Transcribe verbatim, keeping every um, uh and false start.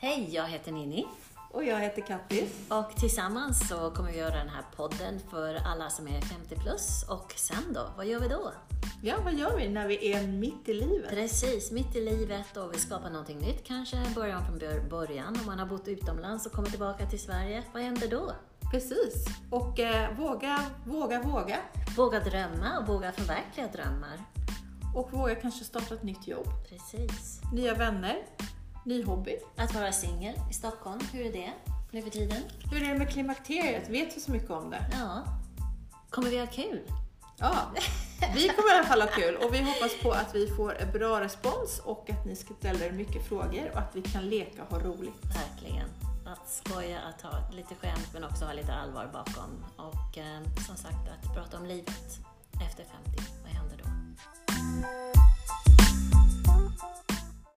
Hej, jag heter Ninni. Och jag heter Kattis. Och tillsammans så kommer vi göra den här podden för alla som är femtio plus. Och sen då, vad gör vi då? Ja, vad gör vi när vi är mitt i livet? Precis, mitt i livet och vi skapar någonting nytt. Kanske början från början. Om man har bott utomlands och kommer tillbaka till Sverige. Vad händer då? Precis. Och eh, våga, våga, våga. Våga drömma och våga förverkliga drömmar. Och våga kanske starta ett nytt jobb. Precis. Nya vänner. Ny hobby. Att vara singel i Stockholm, hur är det nu för tiden? Hur är det med klimakteriet? Vet vi så mycket om det? Ja. Kommer vi ha kul? Ja, vi kommer i alla fall ha kul. Och vi hoppas på att vi får en bra respons och att ni ska ställa er mycket frågor och att vi kan leka och ha roligt. Verkligen. Att skoja, att ha lite skämt men också ha lite allvar bakom. Och eh, som sagt att prata om livet efter femtio. Vad händer då?